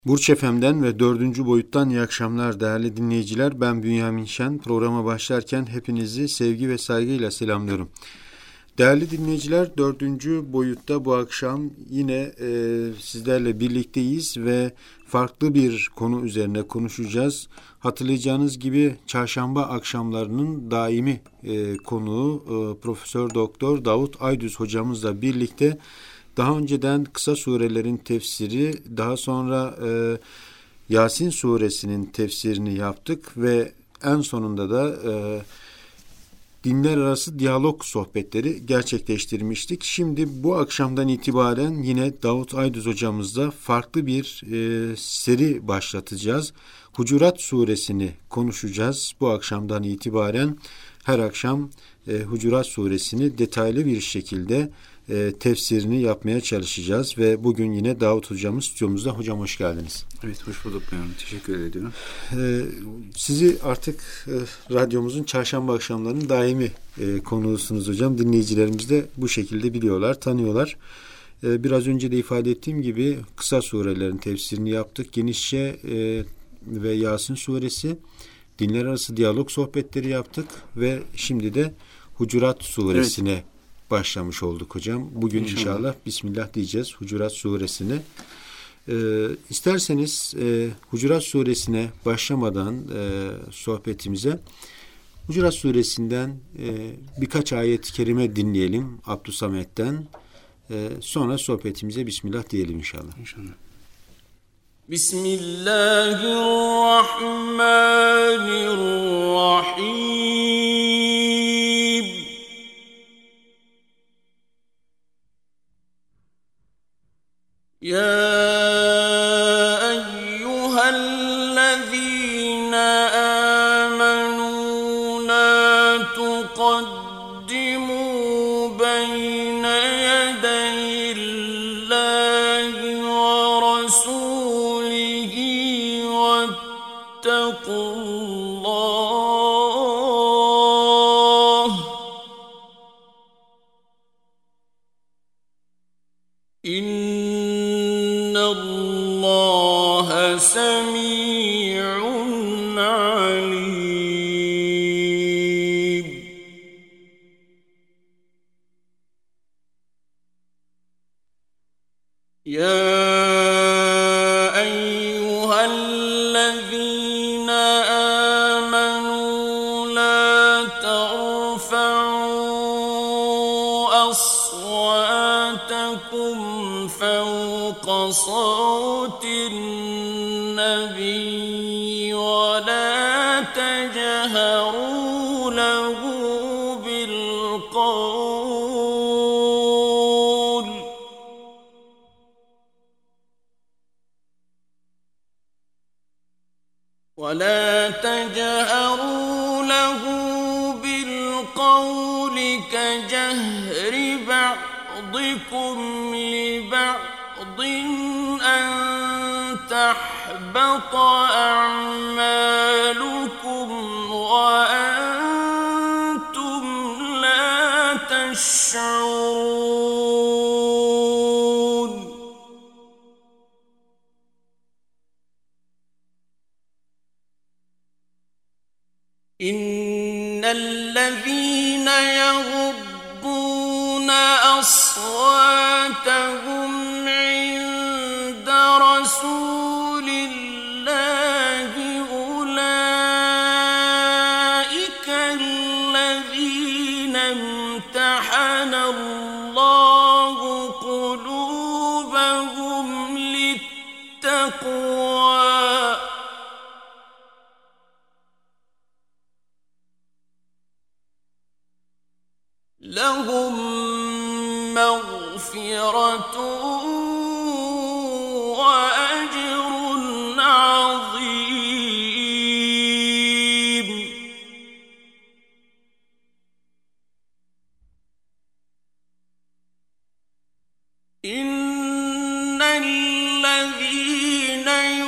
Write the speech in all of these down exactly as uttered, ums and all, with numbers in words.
Burç F M'den ve dördüncü boyuttan iyi akşamlar değerli dinleyiciler. Ben Bünyamin Şen. Programa başlarken hepinizi sevgi ve saygıyla selamlıyorum. Değerli dinleyiciler, dördüncü boyutta bu akşam yine e, sizlerle birlikteyiz ve farklı bir konu üzerine konuşacağız. Hatırlayacağınız gibi çarşamba akşamlarının daimi e, konuğu e, Profesör Doktor Davut Aydüz hocamızla birlikte daha önceden kısa surelerin tefsiri, daha sonra e, Yasin suresinin tefsirini yaptık ve en sonunda da e, dinler arası diyalog sohbetleri gerçekleştirmiştik. Şimdi bu akşamdan itibaren yine Davut Aydüz hocamızla farklı bir e, seri başlatacağız. Hucurat suresini konuşacağız. Bu akşamdan itibaren her akşam e, Hucurat suresini detaylı bir şekilde e, tefsirini yapmaya çalışacağız ve bugün yine Davut hocamız stüdyomuzda. Hocam hoş geldiniz. Evet, hoş bulduk. Yani. Teşekkür ediyorum. E, sizi artık e, radyomuzun çarşamba akşamlarının daimi e, konuğusunuz hocam. Dinleyicilerimiz de bu şekilde biliyorlar, tanıyorlar. E, biraz önce de ifade ettiğim gibi kısa surelerin tefsirini yaptık. Genişçe e, ve Yasin suresi, dinler arası diyalog sohbetleri yaptık ve şimdi de Hucurat suresine evet. başlamış olduk hocam. Bugün inşallah, inşallah Bismillah diyeceğiz Hucurat suresine. Ee, isterseniz e, Hucurat suresine başlamadan e, sohbetimize Hucurat suresinden e, birkaç ayet-i kerime dinleyelim Abdüsamet'ten. E, sonra sohbetimize Bismillah diyelim inşallah. İnşallah. Bismillahirrahmanirrahim. Ya eyyühellezîne âmenû lâ tuqaddimû beyne yedeyillâhi ve rasûlihi vettakullâh. İnnallâhe semî'un alîm. Ya eyyühellezîne âmenû lâ terfa'û asvâtekum fevqa savtin nebiyyi ve lâ tecehherû lehu bil kavl وَلَا تَجْهَرُوا لَهُ بِالْقَوْلِ كَجَهْرِ بَعْضِكُمْ لِبَعْضٍ أَن تَحْبَطَ أَعْمَالُكُمْ وَأَنْتُمْ لَا تَشْعُرُونَ. إِنَّ الَّذِينَ يَغُضُّونَ أَصْوَاتَهُمْ عِندَ رَسُولِ اللَّهِ أُولَئِكَ الَّذِينَ امْتَحَنَ اللَّهُ قُلُوبَهُمْ لِلتَّقْوَى لهم مغفرة وأجر عظيم. إن الذين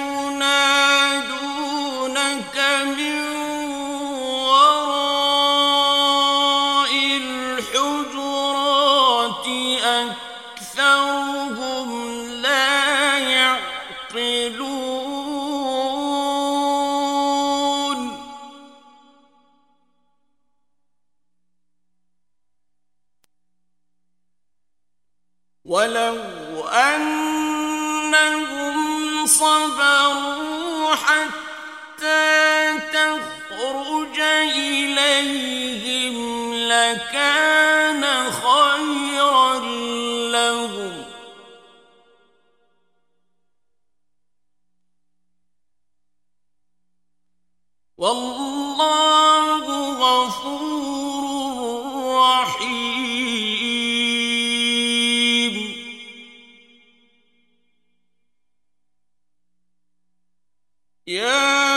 ينادونك من وراء الحجرات أكثرهم وَلَوْ أَنَّهُمْ صَبَرُوا حَتَّى تَخْرُجَ إِلَيْهِمْ لَكَانَ خَيْرًا لَهُمْ وَاللَّهُ غَفُورٌ رَّحِيمٌ. يَا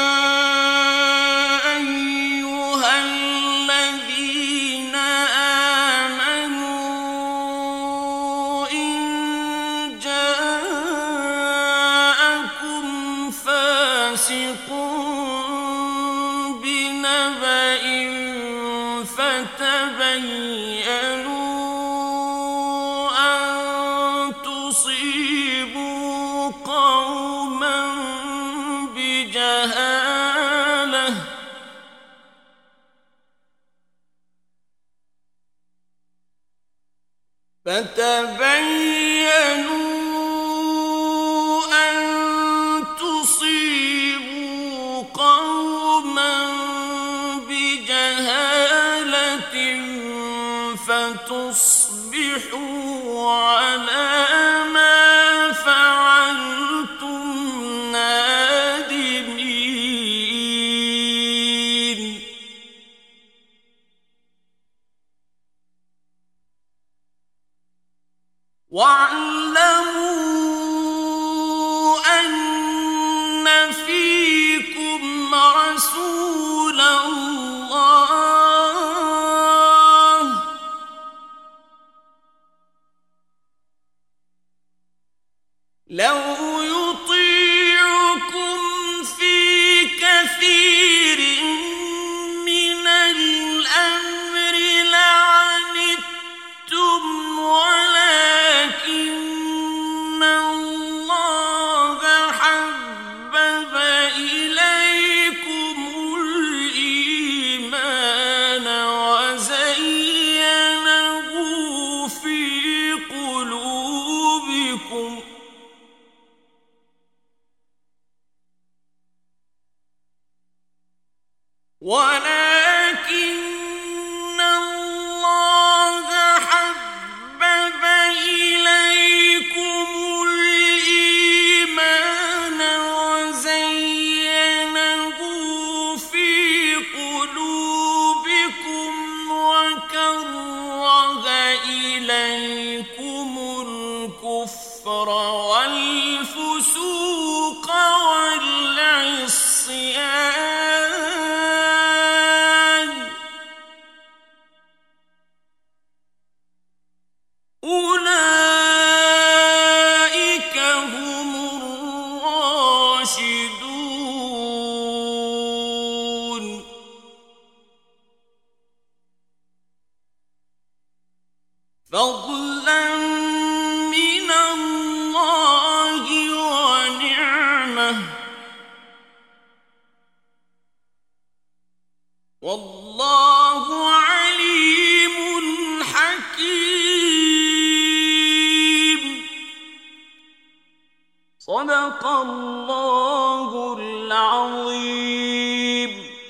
فتبينوا أن تصيبوا قوما بجهالة فتصبحوا على ما فعلتم نادمين. وَاعْلَمُوا أَنَّ فِيكُمْ رَسُولَ اللَّهِ لَوْ يُطِيعُكُمْ فِي كَثِيرٍ مِّنَ الْأَمْرِ لَعَنِتُّمْ وَلَكِنَّ اللَّهَ حَبَّبَ إِلَيْكُمُ الْإِيمَانَ وَزَيَّنَهُ فِي قُلُوبِكُمْ وَلَكِنَّ اللَّهَ حَبَّبَ إِلَيْكُمُ الْإِيمَانَ وَزَيَّنَهُ فِي قُلُوبِكُمْ وَكَرَّهَ إِلَيْكُمُ الْكُفْرَ وَالْفُسُوقَ وَالْعِصْيَانَ أُولَئِكَ هُمُ الرَّاشِدُونَ. فَضْلًا مِّنَ اللَّهِ وَنِعْمَةً وَاللَّهُ عَلِيمٌ حَكِيمٌ. صَدَقَ اللَّهُ الْعَظِيمُ.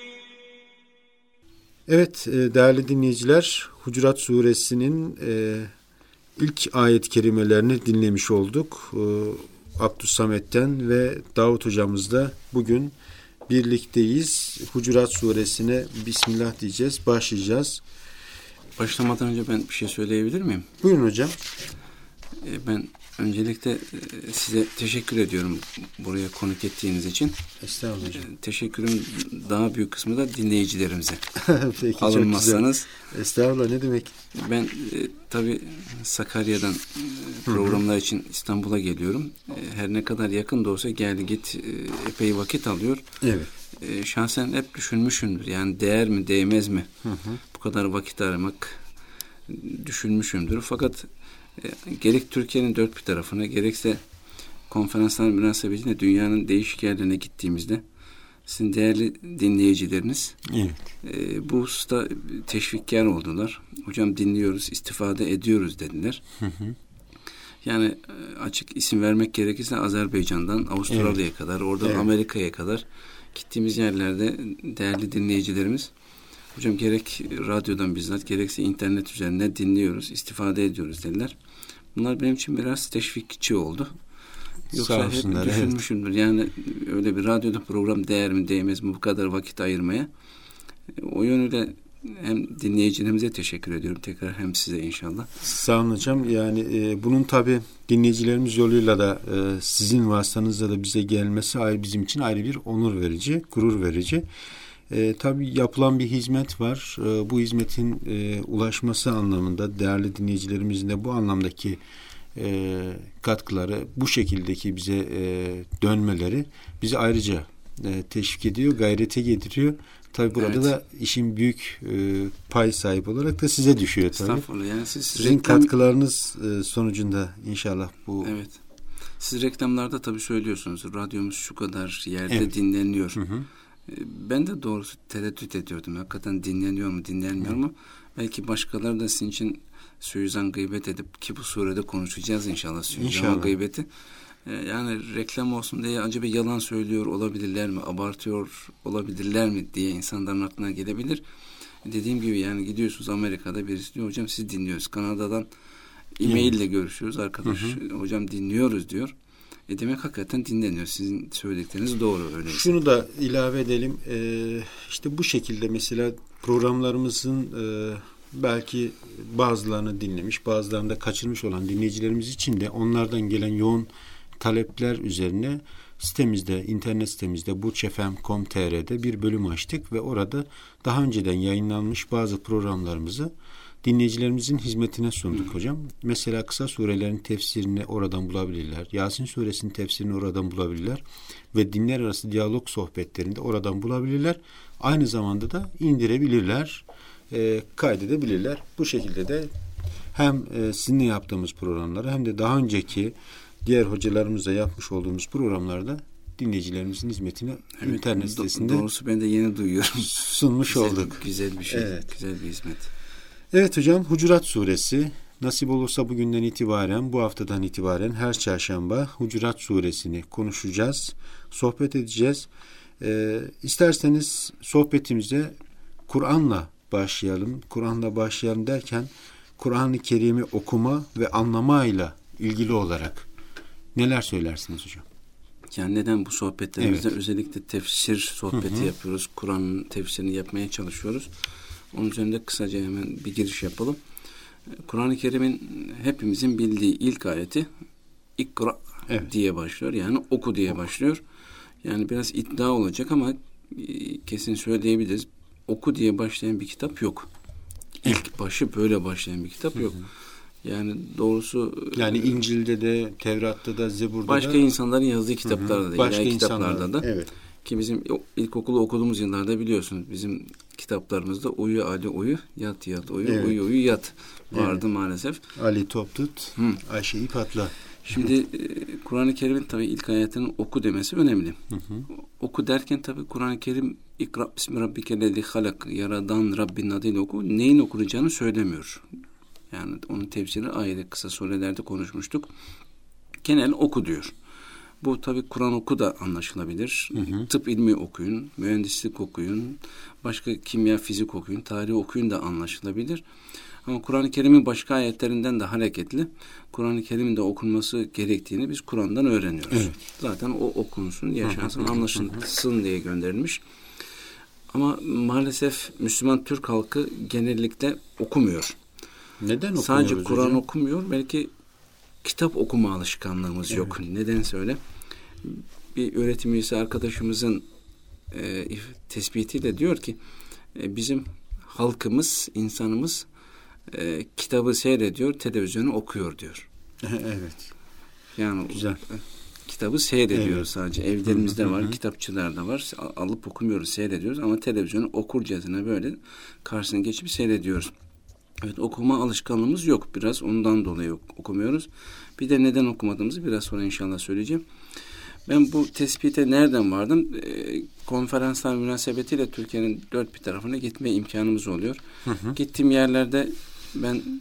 Evet değerli dinleyiciler, Hucurat Suresinin e, ilk ayet-i kerimelerini dinlemiş olduk. E, Abdüssamet'ten ve Davut hocamızla bugün birlikteyiz. Hucurat Suresine Bismillah diyeceğiz, başlayacağız. Başlamadan önce ben bir şey söyleyebilir miyim? Buyurun hocam. E, ben öncelikle size teşekkür ediyorum buraya konuk ettiğiniz için. Estağfurullah hocam. Teşekkürüm daha büyük kısmı da dinleyicilerimize. Peki, alınmazsanız. Estağfurullah, ne demek. Ben e, tabii Sakarya'dan e, programlar için İstanbul'a geliyorum. E, her ne kadar yakın da olsa gel git e, epey vakit alıyor. Evet. E, şahsen hep düşünmüşümdür. Yani değer mi değmez mi? Hı hı. Bu kadar vakit aramak düşünmüşümdür. Fakat e, gerek Türkiye'nin dört bir tarafına gerekse konferanslar münasebetiyle dünyanın değişik yerlerine gittiğimizde sizin değerli dinleyicileriniz evet. e, bu hususta teşvikkar oldular. Hocam dinliyoruz, istifade ediyoruz dediler. Hı hı. Yani açık isim vermek gerekirse Azerbaycan'dan Avustralya'ya evet. kadar, oradan evet. Amerika'ya kadar gittiğimiz yerlerde değerli dinleyicilerimiz, hocam gerek radyodan bizzat gerekse internet üzerinden dinliyoruz, istifade ediyoruz dediler. Bunlar benim için biraz teşvikçi oldu. Yoksa hep düşünmüşümdür. Evet. Yani öyle bir radyoda program değer mi değmez mi bu kadar vakit ayırmaya. O yönüyle hem dinleyicilerimize teşekkür ediyorum tekrar hem size inşallah. Sağ olun hocam. Yani e, bunun tabii dinleyicilerimiz yoluyla da e, sizin vasıtanızla da bize gelmesi ayrı, bizim için ayrı bir onur verici, gurur verici. E, tabii yapılan bir hizmet var. E, bu hizmetin e, ulaşması anlamında değerli dinleyicilerimizin de bu anlamdaki e, katkıları, bu şekildeki bize e, dönmeleri bizi ayrıca e, teşvik ediyor, gayrete getiriyor. Tabii burada evet. da işin büyük e, pay sahibi olarak da size düşüyor tabii. Estağfurullah. Yani siz Sizin reklam... katkılarınız e, sonucunda inşallah bu. Evet. Siz reklamlarda tabii söylüyorsunuz. Radyomuz şu kadar yerde evet. dinleniyor. Hı hı. Ben de doğrusu tereddüt ediyordum. Hakikaten dinleniyor mu, dinlenmiyor hı. mu? Belki başkaları da sizin için suizan gıybet edip ki bu surede konuşacağız inşallah suizan gıybeti. Yani reklam olsun diye acaba yalan söylüyor olabilirler mi, abartıyor olabilirler mi diye insanların aklına gelebilir. Dediğim gibi yani gidiyorsunuz Amerika'da birisi diyor hocam siz dinliyoruz. Kanada'dan e-mail ile görüşüyoruz arkadaş hı hı. hocam dinliyoruz diyor. E demek hakikaten dinleniyor. Sizin söyledikleriniz doğru öyleyse. Şunu da ilave edelim. Ee, işte bu şekilde mesela programlarımızın e, belki bazılarını dinlemiş, bazılarını da kaçırmış olan dinleyicilerimiz için de onlardan gelen yoğun talepler üzerine sitemizde, internet sitemizde burç f m nokta com nokta t r'de bir bölüm açtık ve orada daha önceden yayınlanmış bazı programlarımızı dinleyicilerimizin hizmetine sunduk hocam. Mesela kısa surelerin tefsirini oradan bulabilirler. Yasin suresinin tefsirini oradan bulabilirler. Ve dinler arası diyalog sohbetlerini de oradan bulabilirler. Aynı zamanda da indirebilirler, e, kaydedebilirler. Bu şekilde de hem e, sizinle yaptığımız programları hem de daha önceki diğer hocalarımızla yapmış olduğumuz programlarda dinleyicilerimizin hizmetine evet, internet sitesinde doğrusu ben de yeni duyuyorum. Sunmuş güzel, olduk. Güzel bir şey. Evet. Güzel bir hizmet. Evet hocam, Hucurat Suresi nasip olursa bugünden itibaren, bu haftadan itibaren her çarşamba Hucurat Suresini konuşacağız, sohbet edeceğiz. Ee, isterseniz sohbetimize Kur'an'la başlayalım. Kur'an'la başlayalım derken Kur'an-ı Kerim'i okuma ve anlamayla ilgili olarak neler söylersiniz hocam? Yani neden bu sohbetlerimizde evet. özellikle tefsir sohbeti hı hı. yapıyoruz, Kur'an'ın tefsirini yapmaya çalışıyoruz. Onun üzerinde kısaca hemen bir giriş yapalım. Kur'an-ı Kerim'in hepimizin bildiği ilk ayeti İkra evet. diye başlıyor. Yani oku diye oku. başlıyor. Yani biraz iddia olacak ama kesin söyleyebiliriz. Oku diye başlayan bir kitap yok. İlk başı böyle başlayan bir kitap yok. Yani doğrusu yani İncil'de de, Tevrat'ta da, Zebur'da başka da başka insanların yazdığı kitaplarda da, başka kitaplarda da. Evet. Ki bizim ilkokulu okuduğumuz yıllarda biliyorsunuz bizim kitaplarımızda uyu Ali uyu, yat yat uyu, evet. uyu uyu yat vardı evet. maalesef. Ali top tut, Hı. Ayşe'yi patla. Şimdi e, Kur'an-ı Kerim'in tabii ilk ayetinin oku demesi önemli. Hı hı. Oku derken tabii Kur'an-ı Kerim İkra bismi rabbikellezi halak, yaradan Rabbin adıyla oku. Neyin okunacağını söylemiyor. Yani onun tefsiri ayrı, kısa surelerde konuşmuştuk. Genel oku diyor. Bu tabii Kur'an oku da anlaşılabilir. Hı hı. Tıp ilmi okuyun, mühendislik okuyun, başka kimya, fizik okuyun, tarih okuyun da anlaşılabilir. Ama Kur'an-ı Kerim'in başka ayetlerinden de hareketli Kur'an-ı Kerim'in de okunması gerektiğini biz Kur'an'dan öğreniyoruz. Evet. Zaten o okunsun, yaşansın, anlaşılsın diye gönderilmiş. Ama maalesef Müslüman Türk halkı genellikle okumuyor. Neden okumuyoruz? Sadece Kur'an okumuyor. Belki kitap okuma alışkanlığımız evet. yok. Nedense öyle. Bir öğretim üyesi arkadaşımızın e, tespitiyle diyor ki e, bizim halkımız, insanımız e, kitabı seyrediyor, televizyonu okuyor diyor. Evet. Yani güzel. E, kitabı seyrediyoruz evet. sadece. Evlerimizde hı hı, var, hı. kitapçılarda var. Alıp okumuyoruz, seyrediyoruz ama televizyonu okurcasına böyle karşısına geçip seyrediyoruz. Evet, okuma alışkanlığımız yok. Biraz ondan dolayı okumuyoruz. Bir de neden okumadığımızı biraz sonra inşallah söyleyeceğim. Ben bu tespite nereden vardım? E, konferanslar münasebetiyle Türkiye'nin dört bir tarafına gitme imkanımız oluyor. Hı hı. Gittiğim yerlerde ben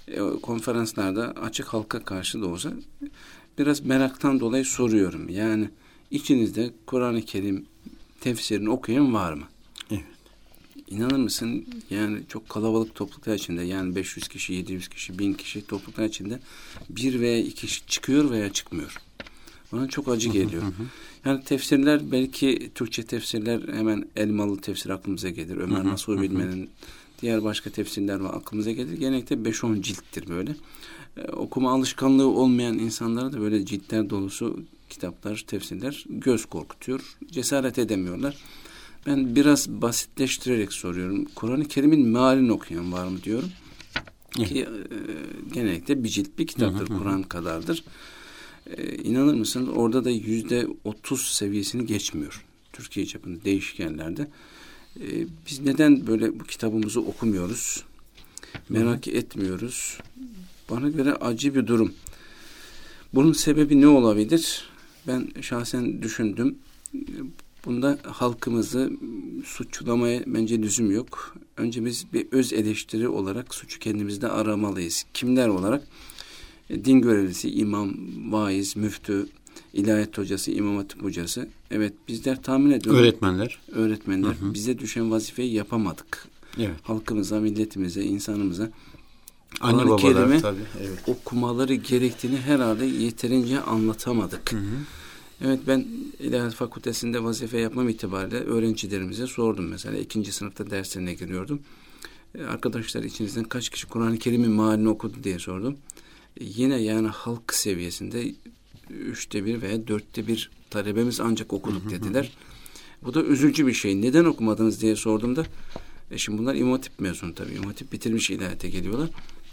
e, konferanslarda açık halka karşı da olsa biraz meraktan dolayı soruyorum. Yani içinizde Kur'an-ı Kerim tefsirini okuyan var mı? Evet. İnanır mısın? Yani çok kalabalık topluluklar içinde, yani beş yüz kişi, yedi yüz kişi, bin kişi topluluklar içinde bir veya iki kişi çıkıyor veya çıkmıyor. Bana çok acı geliyor. Yani tefsirler, belki Türkçe tefsirler, hemen Elmalı tefsir aklımıza gelir. Ömer Nasuh Bilmen'in diğer başka tefsirler var, aklımıza gelir. Genellikle beş on cilttir böyle. Ee, okuma alışkanlığı olmayan insanlara da böyle ciltler dolusu kitaplar, tefsirler göz korkutuyor. Cesaret edemiyorlar. Ben biraz basitleştirerek soruyorum. Kur'an-ı Kerim'in mealini okuyan var mı diyorum. Evet. Ki e, genellikle bir cilt bir kitaptır. Kur'an kadardır. E, inanır mısın? Orada da yüzde otuz seviyesini geçmiyor. Türkiye çapında değişik yerlerde. E, biz neden böyle bu kitabımızı okumuyoruz? Merak Hı. etmiyoruz. Bana göre acı bir durum. Bunun sebebi ne olabilir? Ben şahsen düşündüm. Bunda halkımızı suçlamaya bence lüzum yok. Önce biz bir öz eleştiri olarak suçu kendimizde aramalıyız. Kimler olarak? E, din görevlisi, imam, vaiz, müftü, ilahiyat hocası, imam hatip hocası. Evet, bizler tahmin ediyoruz. Öğretmenler. Öğretmenler. Hı hı. Bize düşen vazifeyi yapamadık. Evet. Halkımıza, milletimize, insanımıza anne babalar tabii. Evet. Okumaları gerektiğini herhalde yeterince anlatamadık. Hı hı. Evet, ben İlahiyat Fakültesi'nde vazife yapmam itibariyle öğrencilerimize sordum mesela. ikinci sınıfta derslerine giriyordum. Ee, arkadaşlar içinizden kaç kişi Kur'an-ı Kerim'in mealini okudu diye sordum. Ee, yine yani halk seviyesinde üçte bir veya dörtte bir talebemiz ancak okuduk dediler. Bu da üzücü bir şey. Neden okumadınız diye sorduğumda, e şimdi bunlar İmam Hatip mezunu tabii. İmam Hatip bitirmiş ilahiyata geliyorlar.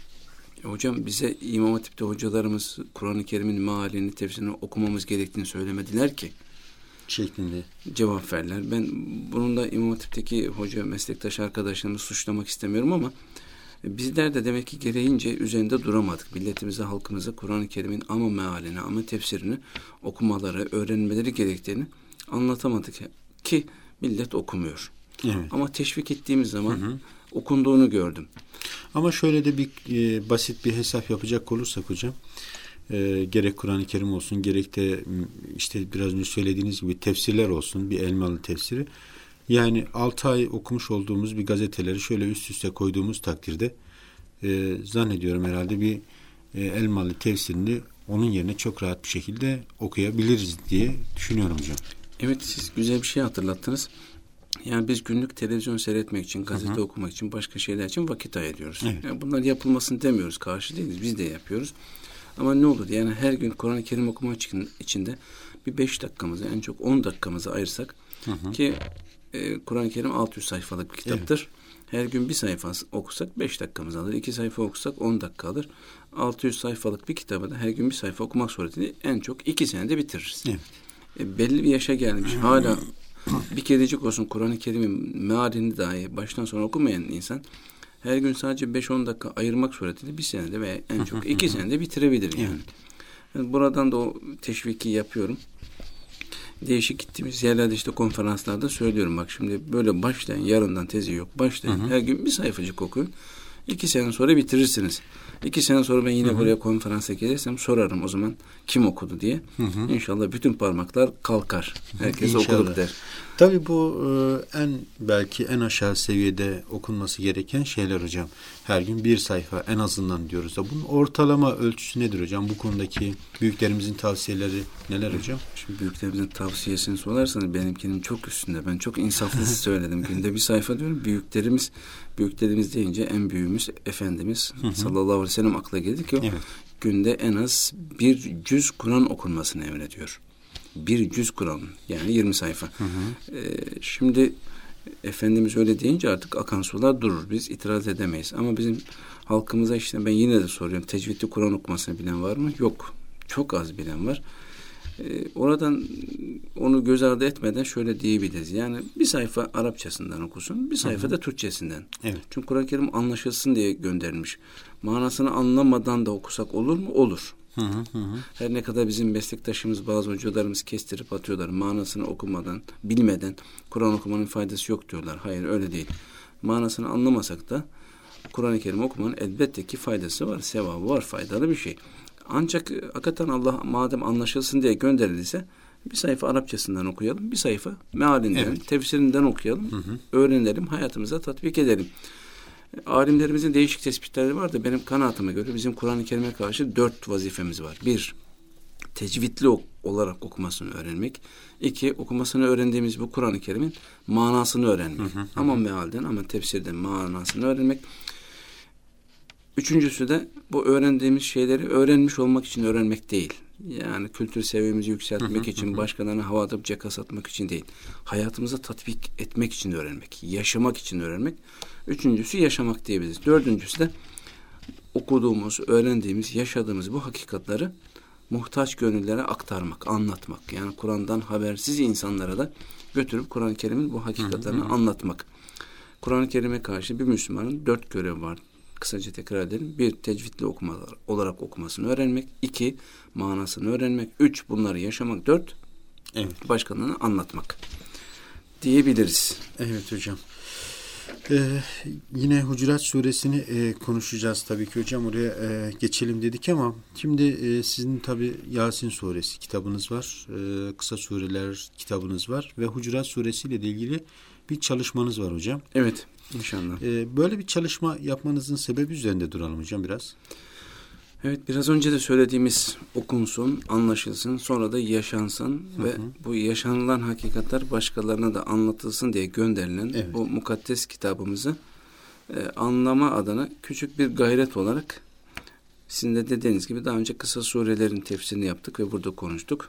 E hocam, bize İmam Hatip'te hocalarımız Kur'an-ı Kerim'in mealini, tefsirini okumamız gerektiğini söylemediler ki şeklinde cevap verdiler. Ben bunun da İmam Hatip'teki hoca, meslektaş arkadaşlarımızı suçlamak istemiyorum ama bizler de demek ki gereğince üzerinde duramadık. Milletimize, halkımıza Kur'an-ı Kerim'in ama mealini, ama tefsirini okumaları, öğrenmeleri gerektiğini anlatamadık ki millet okumuyor. Evet. Ama teşvik ettiğimiz zaman hı hı. okunduğunu gördüm. Ama şöyle de bir e, basit bir hesap yapacak olursak hocam, e, gerek Kur'an-ı Kerim olsun, gerek de işte biraz önce söylediğiniz gibi tefsirler olsun, bir Elmalı tefsiri. Yani altı ay okumuş olduğumuz bir gazeteleri şöyle üst üste koyduğumuz takdirde e, zannediyorum herhalde bir e, Elmalı tefsirini onun yerine çok rahat bir şekilde okuyabiliriz diye düşünüyorum hocam. Evet, siz güzel bir şey hatırlattınız. Yani biz günlük televizyon seyretmek için, gazete hı hı. okumak için, başka şeyler için vakit ayırıyoruz. Evet. Yani bunlar yapılmasını demiyoruz, karşı değiliz. Biz de yapıyoruz. Ama ne olur yani her gün Kur'an-ı Kerim okumak için de bir beş dakikamızı, en çok on dakikamızı ayırsak hı hı. ki e, Kur'an-ı Kerim altı yüz sayfalık bir kitaptır. Evet. Her gün bir sayfa okusak beş dakikamızı alır. iki sayfa okusak on dakika alır. altı yüz sayfalık bir kitabı da her gün bir sayfa okumak suretiyle en çok iki senede bitiririz. Evet. E, belli bir yaşa gelmiş. Hala bir kerecik olsun Kur'an-ı Kerim'in mealini dahi baştan sona okumayan insan her gün sadece beş on dakika ayırmak suretiyle bir senede veya en çok iki senede bitirebilir yani. Yani buradan da o teşviki yapıyorum. Değişik gittiğimiz yerlerde işte konferanslarda söylüyorum, bak şimdi böyle başlayın, yarından tezi yok, başlayın, her gün bir sayfacık okuyun. İki sene sonra bitirirsiniz. İki sene sonra ben yine hı hı. buraya konferansa gelirsem sorarım o zaman kim okudu diye. Hı hı. İnşallah bütün parmaklar kalkar. Herkes okuduk der. Tabii bu e, en belki en aşağı seviyede okunması gereken şeyler hocam. Her gün bir sayfa en azından diyoruz da bunun ortalama ölçüsü nedir hocam? Bu konudaki büyüklerimizin tavsiyeleri neler hocam? Şimdi büyüklerimizin tavsiyesini sorarsanız benimkinin çok üstünde. Ben çok insaflı söyledim. Günde bir sayfa diyorum. Büyüklerimiz büyüklerimiz deyince en büyüğümüz Efendimiz hı hı. sallallahu aleyhi ve sellem akla geldi ki o evet. günde en az bir cüz Kur'an okunmasını emrediyor. Bir cüz Kur'an, yani yirmi sayfa. Hı hı. Ee, şimdi Efendimiz öyle deyince artık akan sular durur. Biz itiraz edemeyiz. Ama bizim halkımıza işte ben yine de soruyorum. Tecvidli Kur'an okumasını bilen var mı? Yok. Çok az bilen var. Ee, oradan onu göz ardı etmeden şöyle diyebiliriz. Yani bir sayfa Arapçasından okusun, bir sayfa da Türkçesinden. Evet. Çünkü Kur'an-ı Kerim anlaşılsın diye gönderilmiş. Manasını anlamadan da okusak olur mu? Olur. Hı hı hı. Her ne kadar bizim meslektaşımız, bazı hocalarımız kestirip atıyorlar. Manasını okumadan, bilmeden Kur'an okumanın faydası yok diyorlar. Hayır, öyle değil. Manasını anlamasak da Kur'an-ı Kerim okumanın elbette ki faydası var, sevabı var, faydalı bir şey. Ancak hakikaten Allah madem anlaşılsın diye gönderildiyse bir sayfa Arapçasından okuyalım, bir sayfa mealinden, evet. tefsirinden okuyalım, hı hı. öğrenelim, hayatımıza tatbik edelim. Alimlerimizin değişik tespitleri var da benim kanaatime göre bizim Kur'an-ı Kerim'e karşı dört vazifemiz var. Bir, tecvidli olarak okumasını öğrenmek. İki, okumasını öğrendiğimiz bu Kur'an-ı Kerim'in manasını öğrenmek. Hı hı hı. Ama mealden ama tefsirden manasını öğrenmek. Üçüncüsü de bu öğrendiğimiz şeyleri öğrenmiş olmak için öğrenmek değil. Yani kültür seviyemizi yükseltmek için, başkalarına hava atıp caka satmak için değil. Hayatımıza tatbik etmek için öğrenmek, yaşamak için öğrenmek. Üçüncüsü yaşamak diyebiliriz. Dördüncüsü de okuduğumuz, öğrendiğimiz, yaşadığımız bu hakikatleri muhtaç gönüllere aktarmak, anlatmak. Yani Kur'an'dan habersiz insanlara da götürüp Kur'an-ı Kerim'in bu hakikatlerini hı hı. anlatmak. Kur'an-ı Kerim'e karşı bir Müslümanın dört görevi var. Kısaca tekrar edelim. Bir, tecvidli okumalar olarak okumasını öğrenmek. İki, manasını öğrenmek. Üç, bunları yaşamak. Dört, evet. başkalarına anlatmak diyebiliriz. Evet hocam. Ee, yine Hucurat Suresini e, konuşacağız tabii ki hocam. Oraya e, geçelim dedik ama şimdi e, sizin tabii Yasin Suresi kitabınız var. E, kısa sureler kitabınız var ve Hucurat Suresi ile ilgili bir çalışmanız var hocam. Evet. İnşallah. Ee, böyle bir çalışma yapmanızın sebebi üzerinde duralım hocam biraz. Evet, biraz önce de söylediğimiz okunsun, anlaşılsın, sonra da yaşansın hı hı. ve bu yaşanılan hakikatler başkalarına da anlatılsın diye gönderilen evet. bu mukaddes kitabımızı e, anlama adına küçük bir gayret olarak sizin de dediğiniz gibi daha önce kısa surelerin tefsirini yaptık ve burada konuştuk.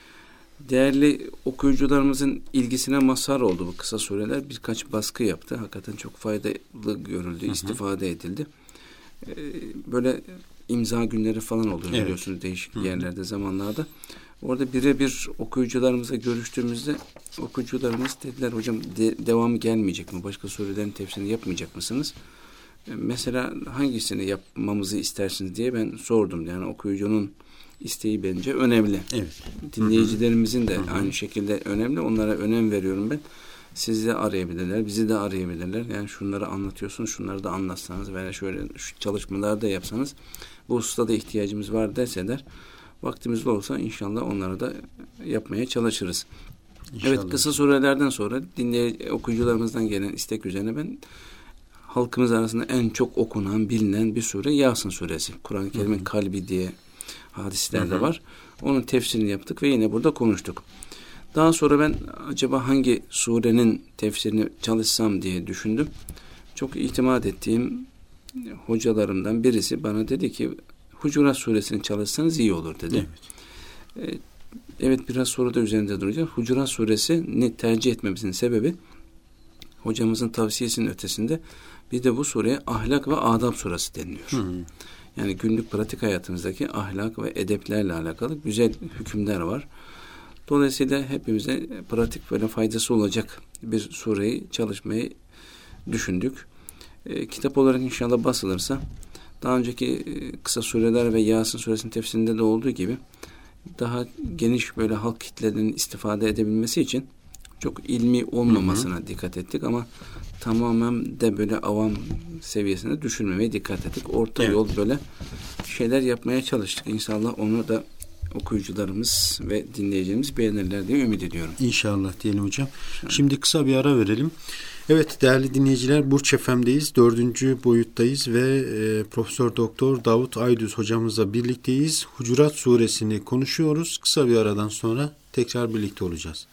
Değerli okuyucularımızın ilgisine mazhar oldu bu kısa sureler. Birkaç baskı yaptı. Hakikaten çok faydalı görüldü, hı hı. istifade edildi. Ee, böyle imza günleri falan oluyor evet. biliyorsunuz değişik hı hı. yerlerde, zamanlarda. Orada birebir okuyucularımızla görüştüğümüzde okuyucularımız dediler hocam de, devamı gelmeyecek mi? Başka surelerin tefsirini yapmayacak mısınız? Ee, mesela hangisini yapmamızı istersiniz diye ben sordum. Yani okuyucunun isteği bence önemli. Evet. Dinleyicilerimizin de Hı-hı. aynı şekilde önemli. Onlara önem veriyorum ben. Sizi de arayabilirler, bizi de arayabilirler. Yani şunları anlatıyorsunuz, şunları da anlatsanız veya şöyle şu çalışmaları da yapsanız bu hususta da ihtiyacımız var deseler, vaktimiz olursa inşallah onları da yapmaya çalışırız. İnşallah. Evet, kısa surelerden sonra dinley okuyucularımızdan gelen istek üzerine ben halkımız arasında en çok okunan, bilinen bir sure Yasin suresi. Kur'an-ı Kerim'in kalbi diye hadisler de var. Onun tefsirini yaptık ve yine burada konuştuk. Daha sonra ben acaba hangi surenin tefsirini çalışsam diye düşündüm. Çok itimat ettiğim hocalarımdan birisi bana dedi ki Hucurat suresini çalışsanız iyi olur dedi. Evet, ee, evet biraz sonra da üzerinde duracağız. Hucurat suresini tercih etmemizin sebebi hocamızın tavsiyesinin ötesinde bir de bu sureye ahlak ve adab suresi deniliyor. Hı hı. Yani günlük pratik hayatımızdaki ahlak ve edeplerle alakalı güzel hükümler var. Dolayısıyla hepimize pratik böyle faydası olacak bir sureyi çalışmayı düşündük. E, kitap olarak inşallah basılırsa daha önceki e, kısa sureler ve Yasin suresinin tefsirinde de olduğu gibi daha geniş böyle halk kitlelerinin istifade edebilmesi için çok ilmi olmamasına hı hı. dikkat ettik ama tamamen de böyle avam seviyesine düşürmemeye dikkat ettik. Orta evet. yol böyle şeyler yapmaya çalıştık. İnşallah onu da okuyucularımız ve dinleyicilerimiz beğenirler diye ümit ediyorum. İnşallah diyelim hocam. İnşallah. Şimdi kısa bir ara verelim. Evet değerli dinleyiciler, Burç F M'deyiz. Dördüncü boyuttayız ve e, Profesör Doktor Davut Aydüz hocamızla birlikteyiz. Hucurat suresini konuşuyoruz. Kısa bir aradan sonra tekrar birlikte olacağız.